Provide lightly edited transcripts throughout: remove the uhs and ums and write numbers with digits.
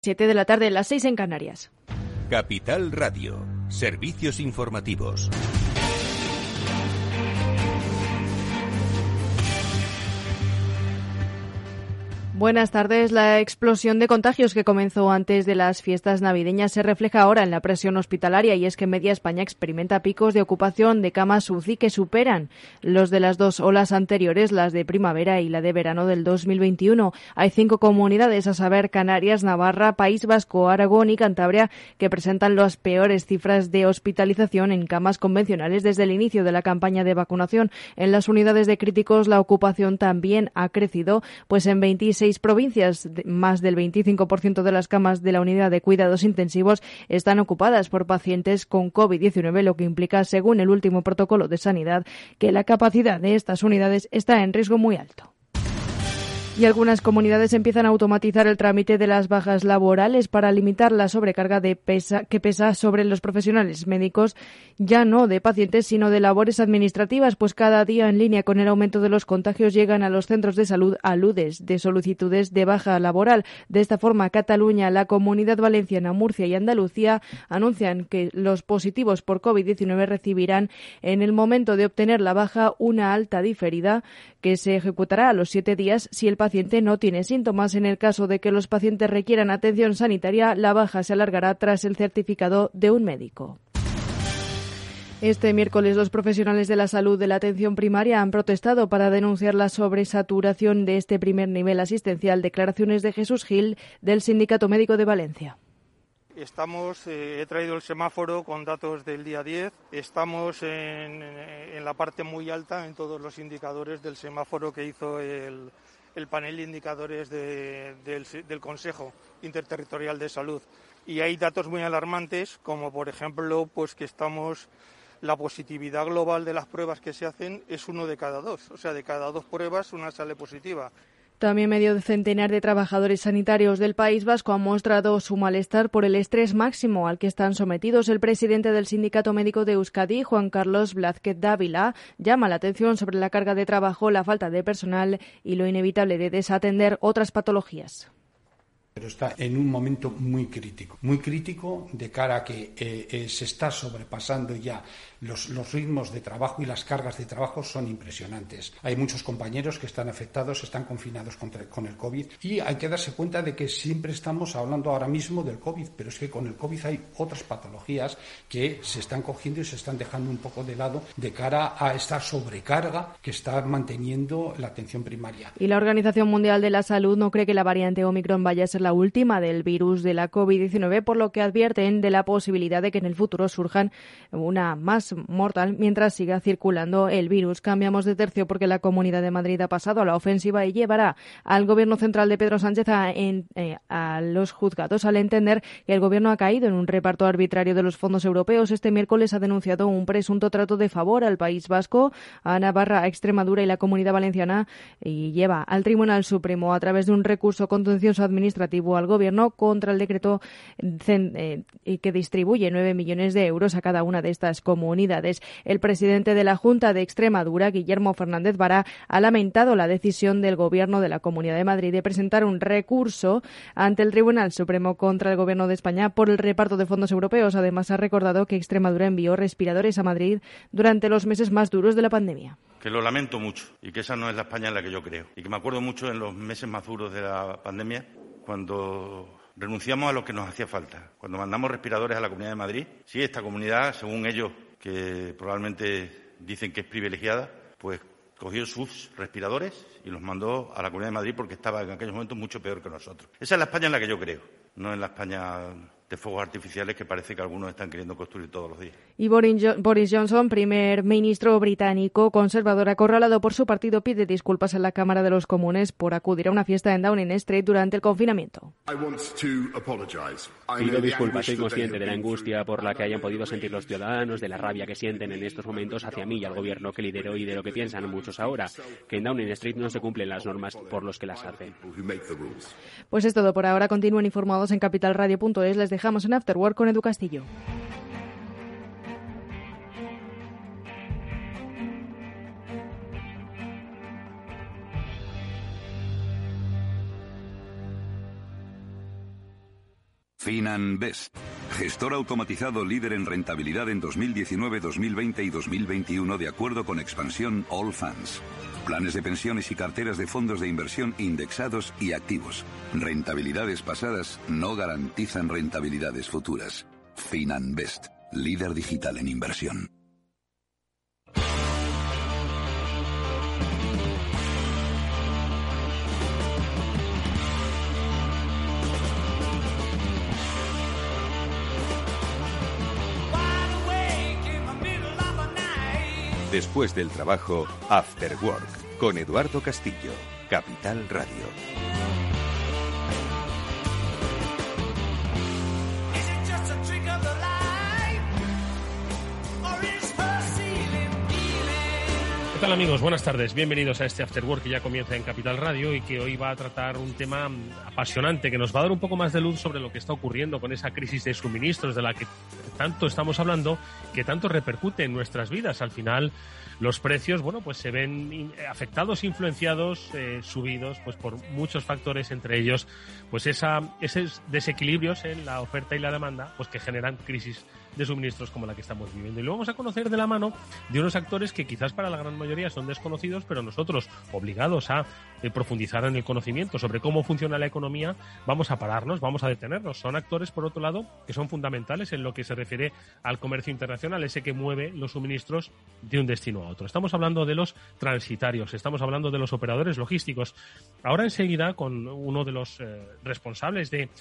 7 de la tarde, las 6 en Canarias. Capital Radio, servicios informativos. Buenas tardes. La explosión de contagios que comenzó antes de las fiestas navideñas se refleja ahora en la presión hospitalaria, y es que media España experimenta picos de ocupación de camas UCI que superan los de las dos olas anteriores, las de primavera y la de verano del 2021. Hay 5 comunidades, a saber Canarias, Navarra, País Vasco, Aragón y Cantabria, que presentan las peores cifras de hospitalización en camas convencionales desde el inicio de la campaña de vacunación. En las unidades de críticos la ocupación también ha crecido, pues en 26 provincias, más del 25% de las camas de la unidad de cuidados intensivos están ocupadas por pacientes con COVID-19, lo que implica, según el último protocolo de sanidad, que la capacidad de estas unidades está en riesgo muy alto. Y algunas comunidades empiezan a automatizar el trámite de las bajas laborales para limitar la sobrecarga que pesa sobre los profesionales médicos, ya no de pacientes, sino de labores administrativas, pues cada día, en línea con el aumento de los contagios, llegan a los centros de salud aludes de solicitudes de baja laboral. De esta forma, Cataluña, la Comunidad Valenciana, Murcia y Andalucía anuncian que los positivos por COVID-19 recibirán, en el momento de obtener la baja, una alta diferida que se ejecutará a los 7 días si el paciente no tiene síntomas. En el caso de que los pacientes requieran atención sanitaria, la baja se alargará tras el certificado de un médico. Este miércoles, los profesionales de la salud de la atención primaria han protestado para denunciar la sobresaturación de este primer nivel asistencial. Declaraciones de Jesús Gil, del Sindicato Médico de Valencia. He traído el semáforo con datos del día 10. Estamos en la parte muy alta en todos los indicadores del semáforo que hizo el panel de indicadores del Consejo Interterritorial de Salud. Y hay datos muy alarmantes, como por ejemplo, pues que la positividad global de las pruebas que se hacen es 1 de cada 2. O sea, de cada 2 pruebas, una sale positiva. También medio centenar de trabajadores sanitarios del País Vasco han mostrado su malestar por el estrés máximo al que están sometidos. El presidente del Sindicato Médico de Euskadi, Juan Carlos Blázquez Dávila, llama la atención sobre la carga de trabajo, la falta de personal y lo inevitable de desatender otras patologías. Pero está en un momento muy crítico de cara a que se está sobrepasando ya los ritmos de trabajo, y las cargas de trabajo son impresionantes. Hay muchos compañeros que están afectados, están confinados con el COVID, y hay que darse cuenta de que siempre estamos hablando ahora mismo del COVID, pero es que con el COVID hay otras patologías que se están cogiendo y se están dejando un poco de lado de cara a esta sobrecarga que está manteniendo la atención primaria. Y la Organización Mundial de la Salud no cree que la variante Omicron vaya a ser la última del virus de la COVID-19, por lo que advierten de la posibilidad de que en el futuro surjan una más mortal mientras siga circulando el virus. Cambiamos de tercio porque la Comunidad de Madrid ha pasado a la ofensiva y llevará al Gobierno central de Pedro Sánchez a los juzgados al entender que el Gobierno ha caído en un reparto arbitrario de los fondos europeos. Este miércoles ha denunciado un presunto trato de favor al País Vasco, a Navarra, a Extremadura y la Comunidad Valenciana, y lleva al Tribunal Supremo, a través de un recurso contencioso administrativo al Gobierno contra el decreto que distribuye 9 millones de euros a cada una de estas comunidades. El presidente de la Junta de Extremadura, Guillermo Fernández Vara, ha lamentado la decisión del Gobierno de la Comunidad de Madrid de presentar un recurso ante el Tribunal Supremo contra el Gobierno de España por el reparto de fondos europeos. Además, ha recordado que Extremadura envió respiradores a Madrid durante los meses más duros de la pandemia. Que lo lamento mucho y que esa no es la España en la que yo creo. Y que me acuerdo mucho en los meses más duros de la pandemia, cuando renunciamos a lo que nos hacía falta, cuando mandamos respiradores a la Comunidad de Madrid. Sí, esta comunidad, según ellos, que probablemente dicen que es privilegiada, pues cogió sus respiradores y los mandó a la Comunidad de Madrid porque estaba en aquellos momentos mucho peor que nosotros. Esa es la España en la que yo creo, no en la España de fuegos artificiales que parece que algunos están queriendo construir todos los días. Y Boris Johnson, primer ministro británico conservador acorralado por su partido, pide disculpas en la Cámara de los Comunes por acudir a una fiesta en Downing Street durante el confinamiento. Pido disculpas, soy consciente de la angustia por la que hayan podido sentir los ciudadanos, de la rabia que sienten en estos momentos hacia mí y al gobierno que lidero, y de lo que piensan muchos ahora, que en Downing Street no se cumplen las normas por los que las hacen. Pues es todo por ahora. Continúen informados en capitalradio.es. Les dejamos en After Work con Edu Castillo. Finanbest, gestor automatizado líder en rentabilidad en 2019, 2020 y 2021 de acuerdo con expansión Allfunds. Planes de pensiones y carteras de fondos de inversión indexados y activos. Rentabilidades pasadas no garantizan rentabilidades futuras. Finanbest, líder digital en inversión. Después del trabajo, After Work, con Eduardo Castillo, Capital Radio. ¿Qué tal, amigos? Buenas tardes. Bienvenidos a este After Work que ya comienza en Capital Radio y que hoy va a tratar un tema apasionante que nos va a dar un poco más de luz sobre lo que está ocurriendo con esa crisis de suministros de la que tanto estamos hablando, que tanto repercute en nuestras vidas. Al final, los precios, bueno, pues se ven afectados, influenciados, subidos, pues por muchos factores, entre ellos, pues esos desequilibrios en la oferta y la demanda, pues que generan crisis de suministros como la que estamos viviendo. Y lo vamos a conocer de la mano de unos actores que quizás para la gran mayoría son desconocidos, pero nosotros, obligados a profundizar en el conocimiento sobre cómo funciona la economía, vamos a pararnos, vamos a detenernos. Son actores, por otro lado, que son fundamentales en lo que se refiere al comercio internacional, ese que mueve los suministros de un destino a otro. Estamos hablando de los transitarios, estamos hablando de los operadores logísticos. Ahora enseguida, con uno de los responsables de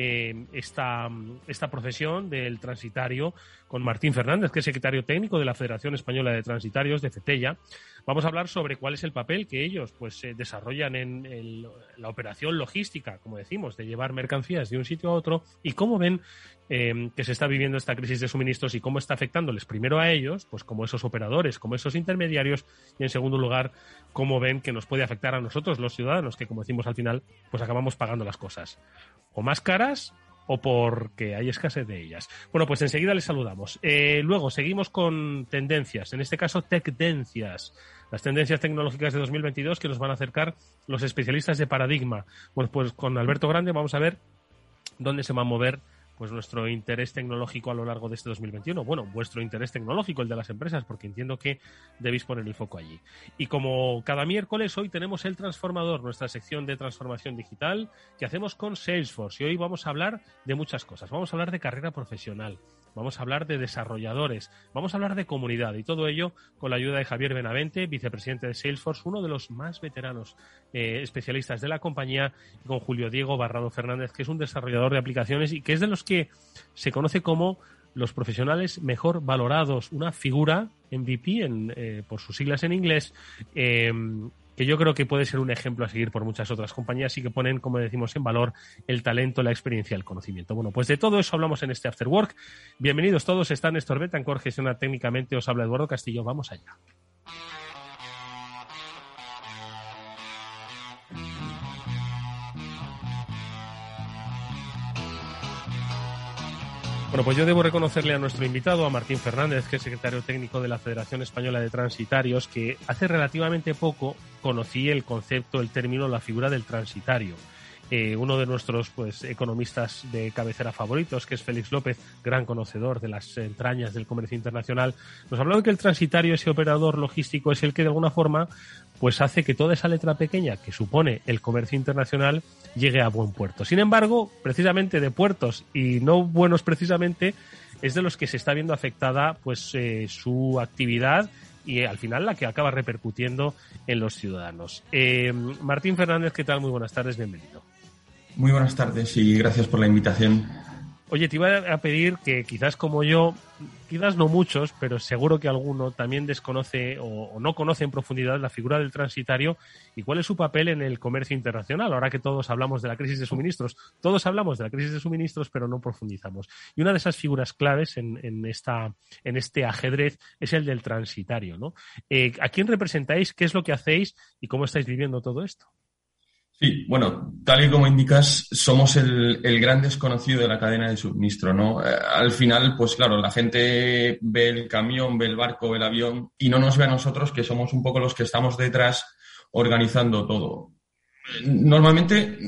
esta profesión del transitario, con Martín Fernández, que es secretario técnico de la Federación Española de Transitarios, de FETELLA. Vamos a hablar sobre cuál es el papel que ellos pues desarrollan en la operación logística, como decimos, de llevar mercancías de un sitio a otro, y cómo ven que se está viviendo esta crisis de suministros y cómo está afectándoles primero a ellos, pues como esos operadores, como esos intermediarios, y en segundo lugar, cómo ven que nos puede afectar a nosotros, los ciudadanos, que como decimos al final, pues acabamos pagando las cosas o más caras o porque hay escasez de ellas. Bueno, pues enseguida les saludamos. Luego seguimos con tendencias, en este caso Tecdencias, las tendencias tecnológicas de 2022 que nos van a acercar los especialistas de Paradigma. Bueno, pues con Alberto Grande vamos a ver dónde se va a mover pues nuestro interés tecnológico a lo largo de este 2021. Bueno, vuestro interés tecnológico, el de las empresas, porque entiendo que debéis poner el foco allí. Y como cada miércoles, hoy tenemos El Transformador, nuestra sección de transformación digital que hacemos con Salesforce. Y hoy vamos a hablar de muchas cosas. Vamos a hablar de carrera profesional, vamos a hablar de desarrolladores, vamos a hablar de comunidad, y todo ello con la ayuda de Javier Benavente, vicepresidente de Salesforce, uno de los más veteranos especialistas de la compañía, y con Julio Diego Barrado Fernández, que es un desarrollador de aplicaciones y que es de los que se conoce como los profesionales mejor valorados, una figura MVP por sus siglas en inglés, que yo creo que puede ser un ejemplo a seguir por muchas otras compañías y que ponen, como decimos, en valor el talento, la experiencia, el conocimiento. Bueno, pues de todo eso hablamos en este After Work. Bienvenidos todos, está Néstor Betancor, gestiona técnicamente, os habla Eduardo Castillo, vamos allá. Bueno, pues yo debo reconocerle a nuestro invitado, a Martín Fernández, que es secretario técnico de la Federación Española de Transitarios, que hace relativamente poco conocí el concepto, el término, la figura del transitario. Uno de nuestros economistas de cabecera favoritos, que es Félix López, gran conocedor de las entrañas del comercio internacional, nos habló de que el transitario, ese operador logístico, es el que de alguna forma pues hace que toda esa letra pequeña que supone el comercio internacional llegue a buen puerto. Sin embargo, precisamente de puertos y no buenos precisamente, es de los que se está viendo afectada pues su actividad y al final la que acaba repercutiendo en los ciudadanos. Martín Fernández, ¿qué tal? Muy buenas tardes, bienvenido. Muy buenas tardes y gracias por la invitación. Oye, te iba a pedir que quizás como yo, quizás no muchos, pero seguro que alguno también desconoce o no conoce en profundidad la figura del transitario y cuál es su papel en el comercio internacional. Ahora que todos hablamos de la crisis de suministros, todos hablamos de la crisis de suministros, pero no profundizamos. Y una de esas figuras claves en este ajedrez es el del transitario, ¿no? ¿A quién representáis? ¿Qué es lo que hacéis? ¿Y cómo estáis viviendo todo esto? Sí, bueno, tal y como indicas, somos el gran desconocido de la cadena de suministro, ¿no? Al final, pues claro, la gente ve el camión, ve el barco, ve el avión y no nos ve a nosotros, que somos un poco los que estamos detrás organizando todo. Normalmente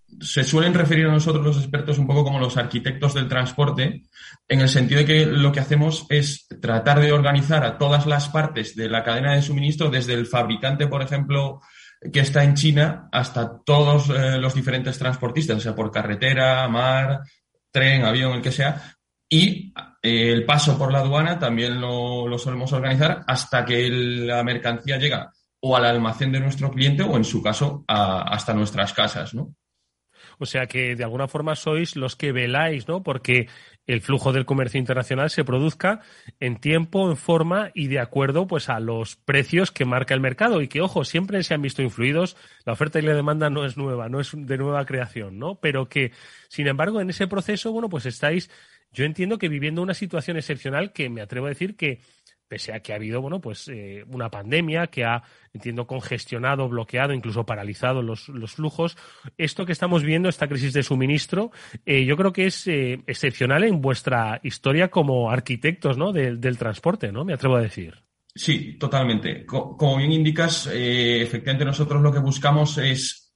se suelen referir a nosotros los expertos un poco como los arquitectos del transporte, en el sentido de que lo que hacemos es tratar de organizar a todas las partes de la cadena de suministro, desde el fabricante, por ejemplo, que está en China, hasta todos los diferentes transportistas, o sea, por carretera, mar, tren, avión, el que sea, y el paso por la aduana también lo solemos organizar hasta que la mercancía llega o al almacén de nuestro cliente o, en su caso, hasta nuestras casas, ¿no? O sea que de alguna forma sois los que veláis, ¿no? Porque el flujo del comercio internacional se produzca en tiempo, en forma y de acuerdo pues a los precios que marca el mercado y que, ojo, siempre se han visto influidos. La oferta y la demanda no es nueva, no es de nueva creación, ¿no? Pero que, sin embargo, en ese proceso, bueno, pues estáis, yo entiendo que viviendo una situación excepcional que me atrevo a decir que, pese a que ha habido, bueno, pues una pandemia que ha, entiendo, congestionado, bloqueado, incluso paralizado los flujos. Esto que estamos viendo, esta crisis de suministro, yo creo que es excepcional en vuestra historia como arquitectos, ¿no? del transporte, ¿no? Me atrevo a decir. Sí, totalmente. Como bien indicas, efectivamente nosotros lo que buscamos es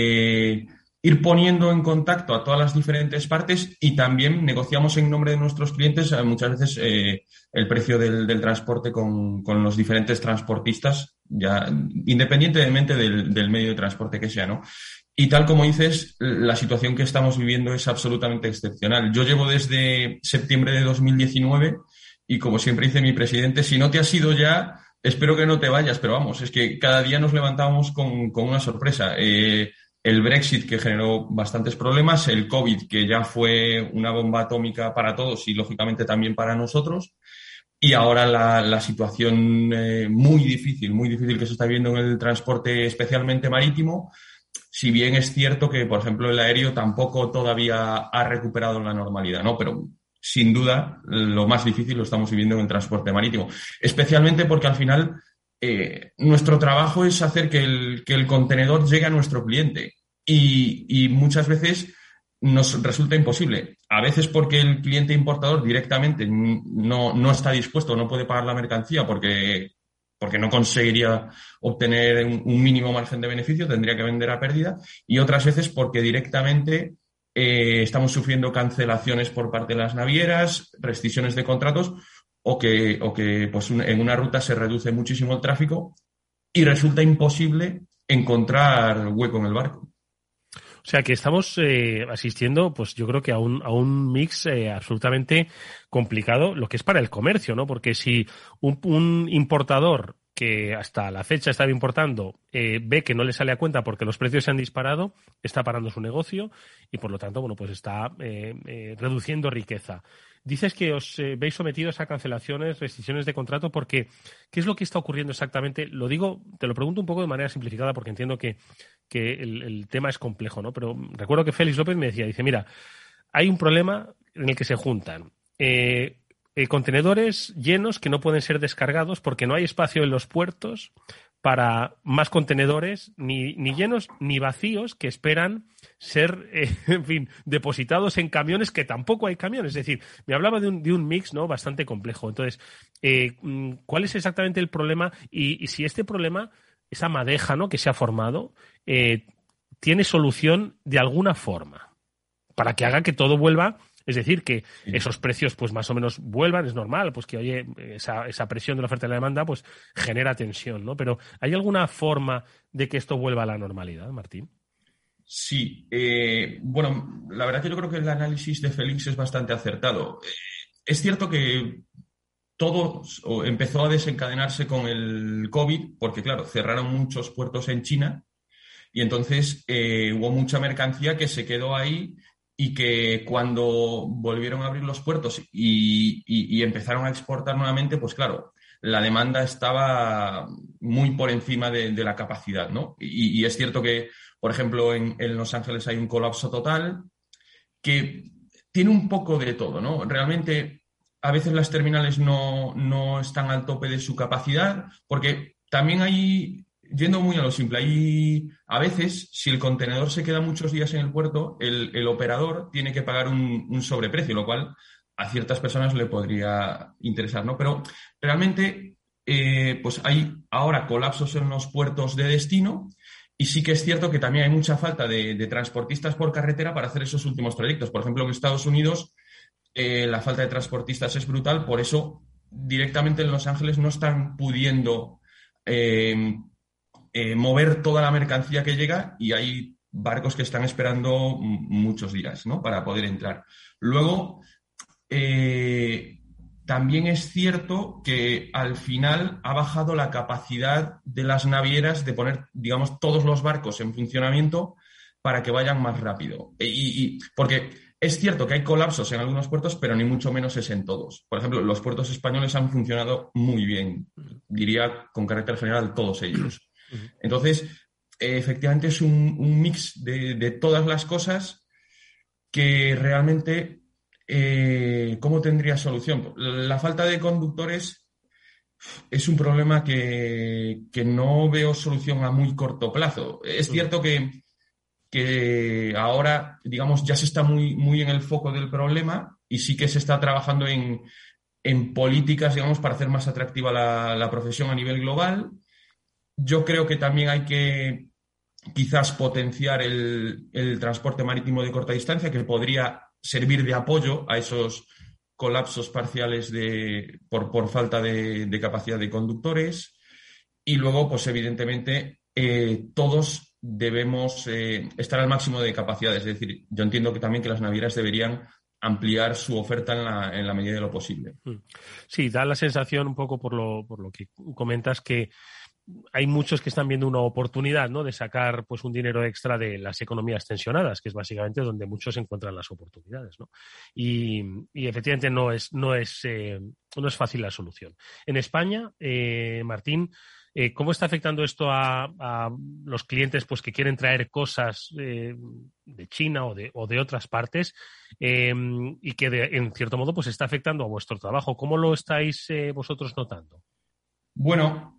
ir poniendo en contacto a todas las diferentes partes y también negociamos en nombre de nuestros clientes muchas veces el precio del transporte con los diferentes transportistas, ya independientemente del medio de transporte que sea, ¿no? Y tal como dices, la situación que estamos viviendo es absolutamente excepcional. Yo llevo desde septiembre de 2019 y, como siempre dice mi presidente, si no te has ido ya, espero que no te vayas, pero vamos, es que cada día nos levantamos con una sorpresa. El Brexit, que generó bastantes problemas, el COVID, que ya fue una bomba atómica para todos y, lógicamente, también para nosotros, y ahora la situación muy difícil que se está viendo en el transporte, especialmente marítimo, si bien es cierto que, por ejemplo, el aéreo tampoco todavía ha recuperado la normalidad, ¿no? Pero, sin duda, lo más difícil lo estamos viviendo en el transporte marítimo, especialmente porque, al final, nuestro trabajo es hacer que el contenedor llegue a nuestro cliente y muchas veces nos resulta imposible. A veces porque el cliente importador directamente no está dispuesto, no puede pagar la mercancía porque no conseguiría obtener un mínimo margen de beneficio, tendría que vender a pérdida, y otras veces porque directamente estamos sufriendo cancelaciones por parte de las navieras, rescisiones de contratos, o que pues en una ruta se reduce muchísimo el tráfico y resulta imposible encontrar hueco en el barco. O sea que estamos asistiendo, pues yo creo que a un mix absolutamente complicado, lo que es para el comercio, ¿no? Porque si un importador que hasta la fecha estaba importando ve que no le sale a cuenta porque los precios se han disparado, está parando su negocio y, por lo tanto, bueno, pues está reduciendo riqueza. Dices que os veis sometidos a cancelaciones, restricciones de contrato, porque ¿qué es lo que está ocurriendo exactamente? Lo digo, te lo pregunto un poco de manera simplificada porque entiendo que el tema es complejo, ¿no? Pero recuerdo que Félix López me decía, dice, mira, hay un problema en el que se juntan contenedores llenos que no pueden ser descargados porque no hay espacio en los puertos para más contenedores, ni llenos ni vacíos, que esperan ser, en fin, depositados en camiones, que tampoco hay camiones. Es decir, me hablaba de un mix, ¿no?, bastante complejo. Entonces, ¿cuál es exactamente el problema? Y si este problema, esa madeja, ¿no?, que se ha formado, tiene solución de alguna forma para que haga que todo vuelva. Es decir, que esos precios pues más o menos vuelvan, es normal, pues que oye, esa presión de la oferta y la demanda pues genera tensión, ¿no? Pero ¿hay alguna forma de que esto vuelva a la normalidad, Martín? Sí, bueno, la verdad que yo creo que el análisis de Félix es bastante acertado. Es cierto que todo empezó a desencadenarse con el COVID, porque claro, cerraron muchos puertos en China y entonces hubo mucha mercancía que se quedó ahí y que cuando volvieron a abrir los puertos y empezaron a exportar nuevamente, pues claro, la demanda estaba muy por encima de la capacidad, ¿no? Y es cierto que, por ejemplo, en Los Ángeles hay un colapso total que tiene un poco de todo, ¿no? Realmente, a veces las terminales no están al tope de su capacidad, porque también hay, yendo muy a lo simple, a veces, si el contenedor se queda muchos días en el puerto, el operador tiene que pagar un sobreprecio, lo cual a ciertas personas le podría interesar, ¿no? Pero realmente, pues hay ahora colapsos en los puertos de destino Y sí que es cierto que también hay mucha falta de transportistas por carretera para hacer esos últimos trayectos. Por ejemplo, en Estados Unidos la falta de transportistas es brutal, por eso directamente en Los Ángeles no están pudiendo mover toda la mercancía que llega y hay barcos que están esperando muchos días, ¿no?, para poder entrar. Luego, también es cierto que al final ha bajado la capacidad de las navieras de poner, digamos, todos los barcos en funcionamiento para que vayan más rápido. Porque es cierto que hay colapsos en algunos puertos, pero ni mucho menos es en todos. Por ejemplo, los puertos españoles han funcionado muy bien, diría con carácter general todos ellos. Entonces, efectivamente es un mix de todas las cosas que realmente... ¿cómo tendría solución? La falta de conductores es un problema que no veo solución a muy corto plazo. Es cierto que ahora, digamos, ya se está muy en el foco del problema y sí que se está trabajando en políticas, digamos, para hacer más atractiva la profesión a nivel global. Yo creo que también hay que quizás potenciar el transporte marítimo de corta distancia, que podría servir de apoyo a esos colapsos parciales por falta de capacidad de conductores. Y luego, pues evidentemente, todos debemos estar al máximo de capacidad. Es decir, yo entiendo que también que las navieras deberían ampliar su oferta en la medida de lo posible. Sí, da la sensación un poco por lo que comentas que hay muchos que están viendo una oportunidad, ¿no?, de sacar pues un dinero extra de las economías tensionadas, que es básicamente donde muchos encuentran las oportunidades, ¿no? Y efectivamente no es fácil la solución. En España, Martín, ¿cómo está afectando esto a los clientes pues que quieren traer cosas de China o de otras partes y que en cierto modo pues está afectando a vuestro trabajo? ¿Cómo lo estáis vosotros notando? Bueno,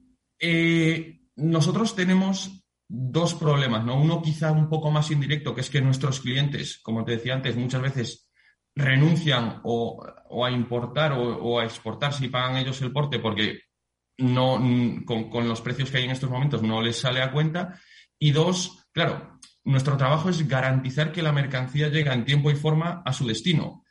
nosotros tenemos dos problemas, ¿no? Uno quizá un poco más indirecto, que es que nuestros clientes, como te decía antes, muchas veces renuncian o a importar o a exportar si pagan ellos el porte porque no con los precios que hay en estos momentos no les sale a cuenta. Y dos, claro, nuestro trabajo es garantizar que la mercancía llega en tiempo y forma a su destino.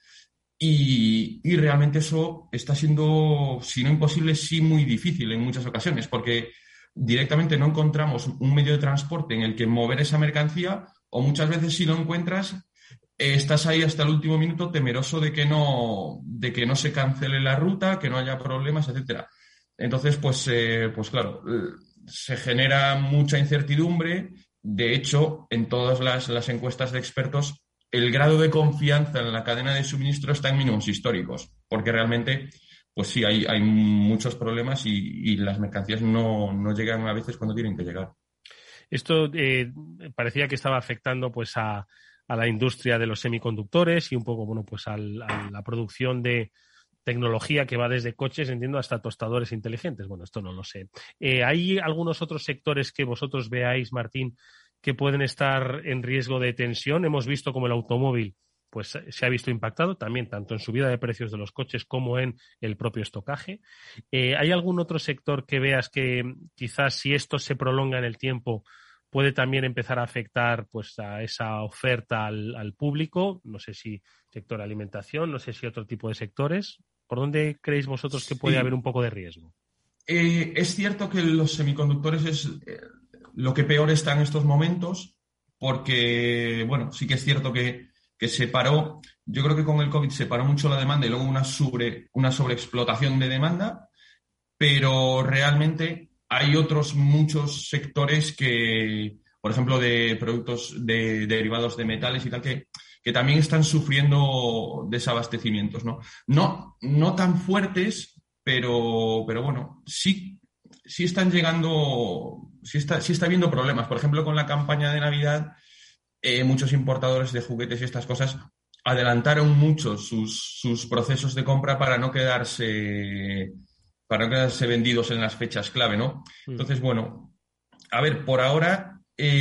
Y realmente eso está siendo, si no imposible, sí muy difícil en muchas ocasiones, porque directamente no encontramos un medio de transporte en el que mover esa mercancía, o muchas veces si lo encuentras, estás ahí hasta el último minuto temeroso de que no se cancele la ruta, que no haya problemas, etcétera. Entonces, pues claro, se genera mucha incertidumbre. De hecho, en todas las encuestas de expertos, el grado de confianza en la cadena de suministro está en mínimos históricos, porque realmente, pues sí, hay muchos problemas y las mercancías no llegan a veces cuando tienen que llegar. Esto parecía que estaba afectando pues a la industria de los semiconductores y un poco, bueno, pues a la producción de tecnología que va desde coches, entiendo, hasta tostadores inteligentes. Bueno, esto no lo sé. ¿Hay algunos otros sectores que vosotros veáis, Martín, que pueden estar en riesgo de tensión? Hemos visto como el automóvil pues se ha visto impactado también tanto en subida de precios de los coches como en el propio estocaje. ¿Hay algún otro sector que veas que quizás si esto se prolonga en el tiempo puede también empezar a afectar pues a esa oferta al público? No sé si sector alimentación, no sé si otro tipo de sectores. ¿Por dónde creéis vosotros que puede haber un poco de riesgo? Es cierto que los semiconductores es lo que peor está en estos momentos, porque, bueno, sí que es cierto que se paró, yo creo que con el COVID se paró mucho la demanda y luego una sobreexplotación de demanda, pero realmente hay otros muchos sectores que, por ejemplo, de productos derivados de metales y tal, que también están sufriendo desabastecimientos, ¿no? No tan fuertes, pero bueno, sí están llegando, sí está habiendo problemas. Por ejemplo, con la campaña de Navidad, muchos importadores de juguetes y estas cosas adelantaron mucho sus procesos de compra para no quedarse vendidos en las fechas clave, ¿no? Entonces, bueno, a ver, por ahora,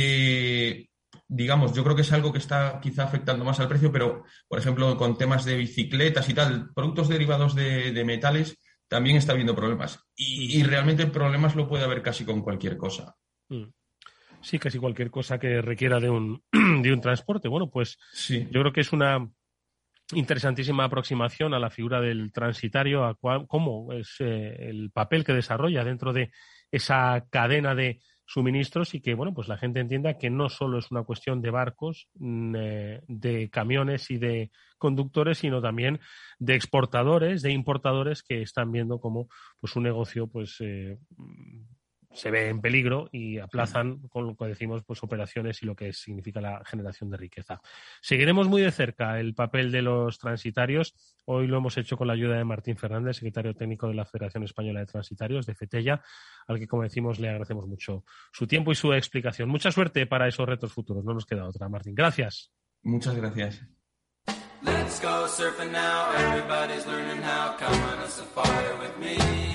digamos, yo creo que es algo que está quizá afectando más al precio, pero, por ejemplo, con temas de bicicletas y tal, productos derivados de metales, también está habiendo problemas. Y realmente problemas lo puede haber casi con cualquier cosa. Sí, casi cualquier cosa que requiera de un transporte. Bueno, pues sí. Yo creo que es una interesantísima aproximación a la figura del transitario, a cómo es el papel que desarrolla dentro de esa cadena de suministros, y que, bueno, pues la gente entienda que no solo es una cuestión de barcos, de camiones y de conductores, sino también de exportadores, de importadores que están viendo cómo pues un negocio pues se ve en peligro y aplazan, con lo que decimos, pues operaciones y lo que significa la generación de riqueza. Seguiremos muy de cerca el papel de los transitarios. Hoy lo hemos hecho con la ayuda de Martín Fernández, secretario técnico de la Federación Española de Transitarios, de FETELLA, al que, como decimos, le agradecemos mucho su tiempo y su explicación. Mucha suerte para esos retos futuros. No nos queda otra, Martín. Gracias. Muchas gracias. Let's go surfing now, everybody's learning how. Come on a safari with me.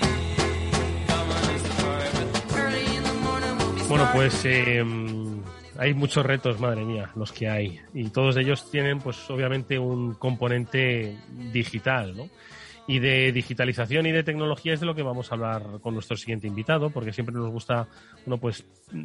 Bueno, pues hay muchos retos, madre mía, los que hay. Y todos ellos tienen, pues obviamente, un componente digital, ¿no? Y de digitalización y de tecnología es de lo que vamos a hablar con nuestro siguiente invitado, porque siempre nos gusta, bueno, pues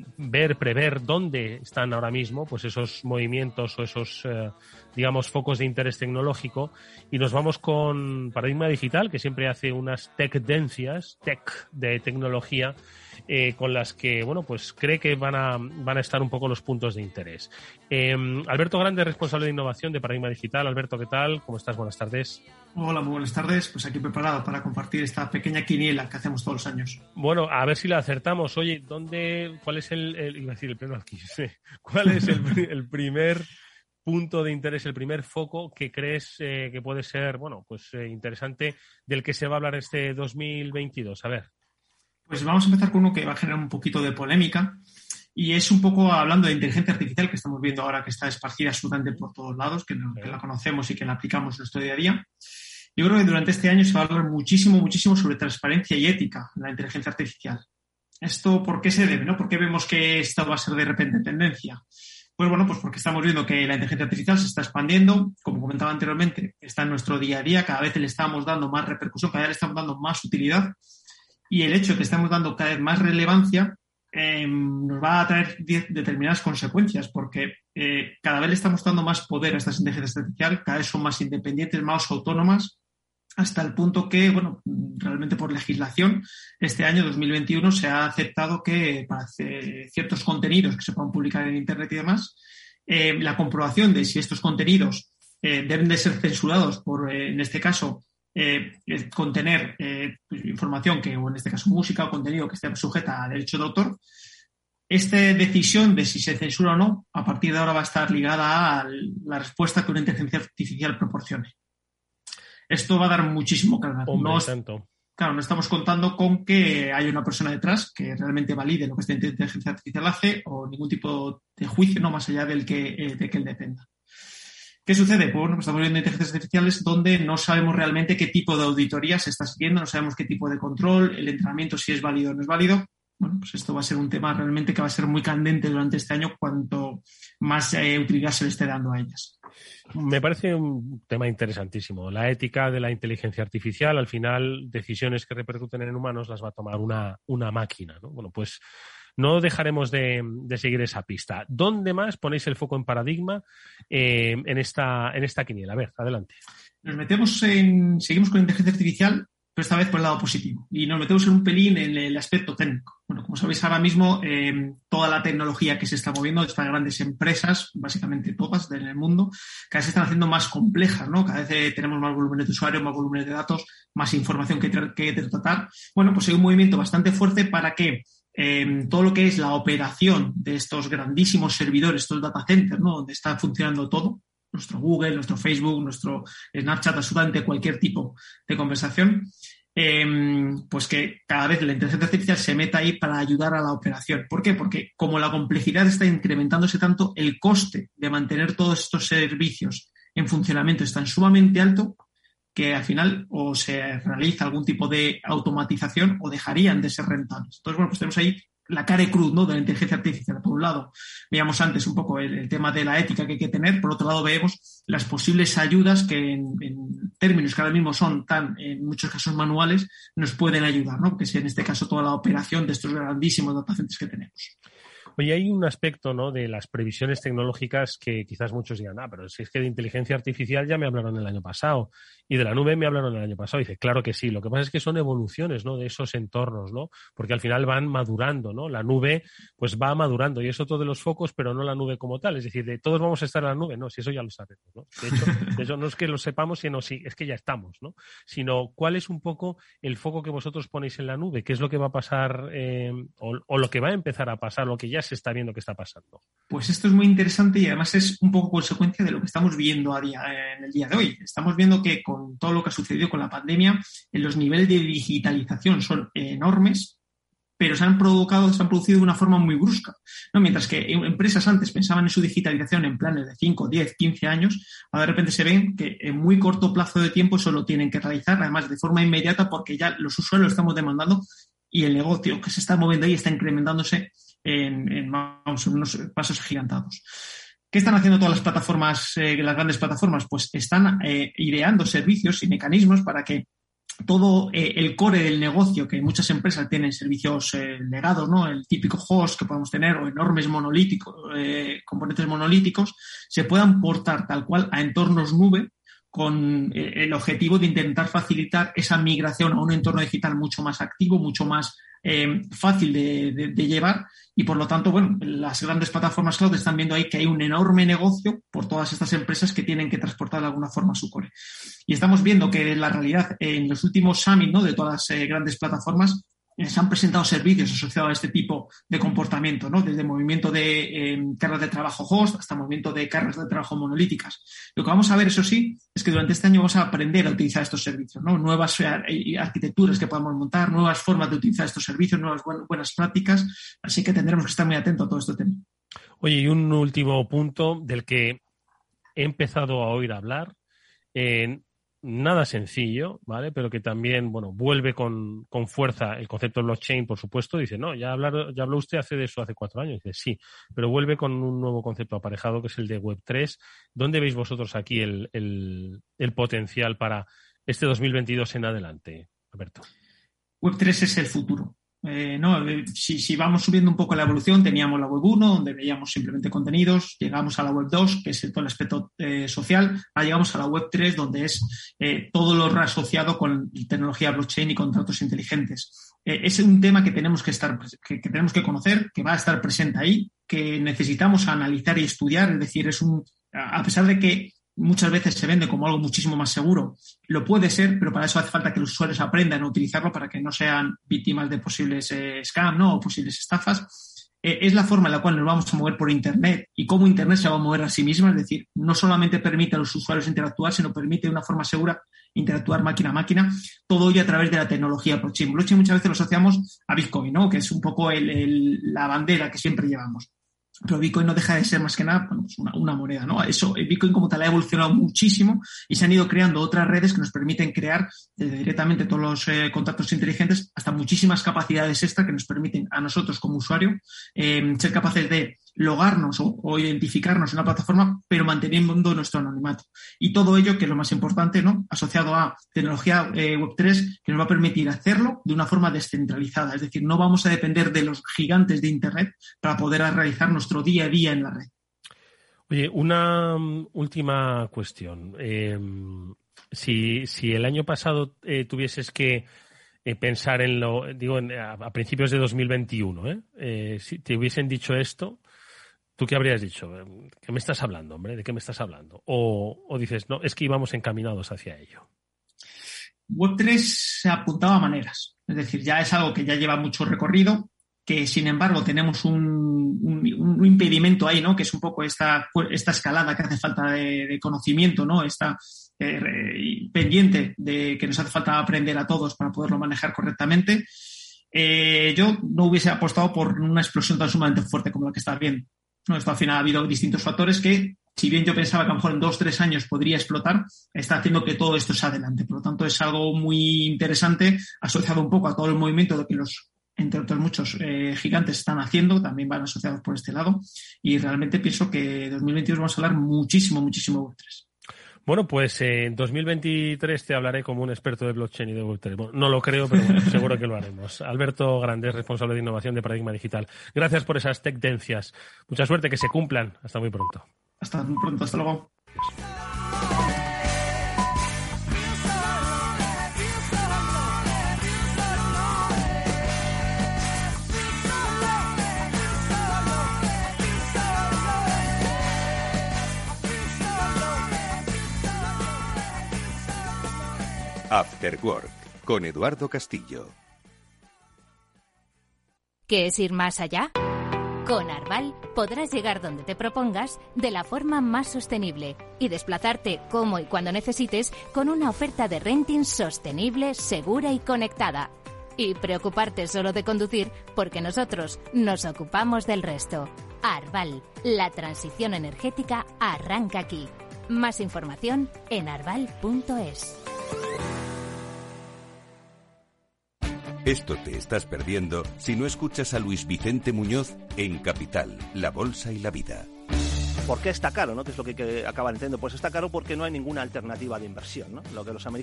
prever dónde están ahora mismo pues esos movimientos o esos, digamos, focos de interés tecnológico. Y nos vamos con Paradigma Digital, que siempre hace unas tecdencias, de tecnología, con las que, bueno, pues cree que van a estar un poco los puntos de interés. Alberto Grande, responsable de innovación de Paradigma Digital. Alberto, ¿qué tal? ¿Cómo estás? Buenas tardes. Hola, muy buenas tardes. Pues aquí preparado para compartir esta pequeña quiniela que hacemos todos los años. Bueno, a ver si la acertamos. Oye, ¿cuál es iba a decir el pleno aquí, sí. ¿Cuál es el primer punto de interés, el primer foco que crees que puede ser, bueno, pues interesante, del que se va a hablar este 2022? A ver. Pues vamos a empezar con uno que va a generar un poquito de polémica, y es un poco hablando de inteligencia artificial, que estamos viendo ahora que está esparcida absolutamente por todos lados, que la conocemos y que la aplicamos en nuestro día a día. Yo creo que durante este año se va a hablar muchísimo sobre transparencia y ética en la inteligencia artificial. ¿Esto por qué se debe, no? ¿Por qué vemos que esto va a ser de repente tendencia? Pues bueno, pues porque estamos viendo que la inteligencia artificial se está expandiendo, como comentaba anteriormente, está en nuestro día a día, cada vez le estamos dando más repercusión, cada vez le estamos dando más utilidad, y el hecho de que estamos dando cada vez más relevancia nos va a traer determinadas consecuencias, porque cada vez le estamos dando más poder a estas inteligencias artificiales, cada vez son más independientes, más autónomas, hasta el punto que, bueno, realmente por legislación, este año 2021 se ha aceptado que para ciertos contenidos que se puedan publicar en Internet y demás, la comprobación de si estos contenidos deben de ser censurados por, en este caso, contener información que, o en este caso música o contenido que esté sujeta a derecho de autor, esta decisión de si se censura o no, a partir de ahora va a estar ligada a la respuesta que una inteligencia artificial proporcione. Esto va a dar muchísimo carga. Claro, no estamos contando con que haya una persona detrás que realmente valide lo que esta inteligencia artificial hace, o ningún tipo de juicio, no más allá de que él dependa. ¿Qué sucede? Bueno, pues estamos viendo inteligencias artificiales donde no sabemos realmente qué tipo de auditoría se está siguiendo, no sabemos qué tipo de control, el entrenamiento, si es válido o no es válido. Bueno, pues esto va a ser un tema realmente que va a ser muy candente durante este año, cuanto más utilidad se le esté dando a ellas. Me parece un tema interesantísimo. La ética de la inteligencia artificial, al final, decisiones que repercuten en humanos las va a tomar una máquina, ¿no? Bueno, pues no dejaremos de seguir esa pista. ¿Dónde más ponéis el foco en Paradigma en esta quiniela? A ver, adelante. Seguimos con inteligencia artificial, pero esta vez por el lado positivo. Y nos metemos en un pelín en el aspecto técnico. Bueno, como sabéis ahora mismo, toda la tecnología que se está moviendo, estas grandes empresas, básicamente todas en el mundo, cada vez se están haciendo más complejas, ¿no? Cada vez tenemos más volúmenes de usuarios, más volúmenes de datos, más información que tratar. Bueno, pues hay un movimiento bastante fuerte para que todo lo que es la operación de estos grandísimos servidores, estos data centers, ¿no? Donde está funcionando todo, nuestro Google, nuestro Facebook, nuestro Snapchat, absolutamente cualquier tipo de conversación, pues que cada vez la inteligencia artificial se meta ahí para ayudar a la operación. ¿Por qué? Porque como la complejidad está incrementándose tanto, el coste de mantener todos estos servicios en funcionamiento es tan sumamente alto que al final o se realiza algún tipo de automatización o dejarían de ser rentables. Entonces, bueno, pues tenemos ahí la cara cruz, ¿no?, de la inteligencia artificial. Por un lado, veíamos antes un poco el tema de la ética que hay que tener. Por otro lado, vemos las posibles ayudas que en términos que ahora mismo son en muchos casos manuales, nos pueden ayudar, ¿no? Que es en este caso toda la operación de estos grandísimos datacentros que tenemos. Oye, hay un aspecto, ¿no?, de las previsiones tecnológicas que quizás muchos digan, pero si es que de inteligencia artificial ya me hablaron el año pasado y de la nube me hablaron el año pasado. Y dice, claro que sí, lo que pasa es que son evoluciones, ¿no?, de esos entornos, ¿no?, porque al final van madurando, ¿no? La nube pues va madurando y es otro de los focos, pero no la nube como tal. Es decir, de todos vamos a estar en la nube, no, si eso ya lo sabemos, ¿no? De hecho no es que lo sepamos, sino sí, es que ya estamos, ¿no? Sino cuál es un poco el foco que vosotros ponéis en la nube, qué es lo que va a pasar o lo que va a empezar a pasar, lo que ya se está viendo que está pasando. Pues esto es muy interesante y además es un poco consecuencia de lo que estamos viendo en el día de hoy. Estamos viendo que con todo lo que ha sucedido con la pandemia, los niveles de digitalización son enormes, pero se han producido de una forma muy brusca, ¿no? Mientras que empresas antes pensaban en su digitalización en planes de 5, 10, 15 años, ahora de repente se ven que en muy corto plazo de tiempo eso lo tienen que realizar, además de forma inmediata, porque ya los usuarios lo estamos demandando y el negocio que se está moviendo ahí está incrementándose en unos pasos agigantados. ¿Qué están haciendo todas las plataformas, las grandes plataformas? Pues están ideando servicios y mecanismos para que todo el core del negocio, que muchas empresas tienen servicios legados, ¿no?, el típico host que podemos tener o enormes componentes monolíticos, se puedan portar tal cual a entornos nube con el objetivo de intentar facilitar esa migración a un entorno digital mucho más activo, mucho más fácil de llevar y, por lo tanto, bueno, las grandes plataformas cloud están viendo ahí que hay un enorme negocio por todas estas empresas que tienen que transportar de alguna forma su core. Y estamos viendo que la realidad en los últimos summits, ¿no?, de todas las grandes plataformas se han presentado servicios asociados a este tipo de comportamiento, ¿no?, desde movimiento de cargas de trabajo host hasta movimiento de cargas de trabajo monolíticas. Lo que vamos a ver, eso sí, es que durante este año vamos a aprender a utilizar estos servicios, ¿no?, nuevas arquitecturas que podamos montar, nuevas formas de utilizar estos servicios, nuevas buenas prácticas, así que tendremos que estar muy atentos a todo este tema. Oye, y un último punto del que he empezado a oír hablar, nada sencillo, ¿vale? Pero que también, bueno, vuelve con fuerza el concepto de blockchain, por supuesto. Dice, no, ya habló usted de eso hace 4 años. Dice, sí, pero vuelve con un nuevo concepto aparejado que es el de Web3. ¿Dónde veis vosotros aquí el potencial para este 2022 en adelante, Alberto? Web3 es el futuro. Si vamos subiendo un poco la evolución, teníamos la web 1, donde veíamos simplemente contenidos, llegamos a la web 2, que es todo el aspecto social, ahora llegamos a la web 3, donde es todo lo asociado con tecnología blockchain y contratos inteligentes. Es un tema que tenemos que tenemos que conocer, que va a estar presente ahí, que necesitamos analizar y estudiar, es decir, a pesar de que muchas veces se vende como algo muchísimo más seguro, lo puede ser, pero para eso hace falta que los usuarios aprendan a utilizarlo para que no sean víctimas de posibles scam, ¿no?, o posibles estafas. Es la forma en la cual nos vamos a mover por Internet y cómo Internet se va a mover a sí misma, es decir, no solamente permite a los usuarios interactuar, sino permite de una forma segura interactuar máquina a máquina, todo ello a través de la tecnología blockchain. Blockchain muchas veces lo asociamos a Bitcoin, ¿no?, que es un poco la bandera que siempre llevamos. Pero Bitcoin no deja de ser más que nada, bueno, pues una moneda, ¿no? Eso, Bitcoin como tal ha evolucionado muchísimo y se han ido creando otras redes que nos permiten crear desde directamente todos los contratos inteligentes hasta muchísimas capacidades extra que nos permiten a nosotros como usuario ser capaces de logarnos o identificarnos en una plataforma, pero manteniendo nuestro anonimato. Y todo ello, que es lo más importante, ¿no?, asociado a tecnología Web3, que nos va a permitir hacerlo de una forma descentralizada. Es decir, no vamos a depender de los gigantes de Internet para poder realizar nuestro día a día en la red. Oye, una última cuestión. Si el año pasado tuvieses que pensar a principios de 2021, si te hubiesen dicho esto, ¿tú qué habrías dicho? ¿Qué me estás hablando, hombre? ¿De qué me estás hablando? O dices, no, es que íbamos encaminados hacia ello. Web3 se apuntaba a maneras. Es decir, ya es algo que ya lleva mucho recorrido, que sin embargo tenemos un impedimento ahí, ¿no?, que es un poco esta escalada que hace falta de conocimiento, ¿no?, esta pendiente de que nos hace falta aprender a todos para poderlo manejar correctamente. Yo no hubiese apostado por una explosión tan sumamente fuerte como la que está viendo, ¿no? Esto al final ha habido distintos factores que, si bien yo pensaba que a lo mejor en 2-3 años podría explotar, está haciendo que todo esto sea adelante. Por lo tanto, es algo muy interesante, asociado un poco a todo el movimiento de que entre otros muchos gigantes están haciendo, también van asociados por este lado, y realmente pienso que en 2022 vamos a hablar muchísimo, muchísimo Web3. Bueno, pues en 2023 te hablaré como un experto de blockchain y de Web3. Bueno, no lo creo, pero bueno, seguro que lo haremos. Alberto Grande, responsable de innovación de Paradigma Digital. Gracias por esas tendencias. Mucha suerte, que se cumplan. Hasta muy pronto. Hasta muy pronto, hasta luego. After Work, con Eduardo Castillo. ¿Qué es ir más allá? Con Arval podrás llegar donde te propongas de la forma más sostenible y desplazarte como y cuando necesites con una oferta de renting sostenible, segura y conectada. Y preocuparte solo de conducir porque nosotros nos ocupamos del resto. Arval, la transición energética arranca aquí. Más información en arval.es. Esto te estás perdiendo si no escuchas a Luis Vicente Muñoz en Capital, La Bolsa y la Vida. ¿Por qué está caro, no? ¿Qué es lo que acaban entendiendo? Pues está caro porque no hay ninguna alternativa de inversión, ¿no? Lo que los americanos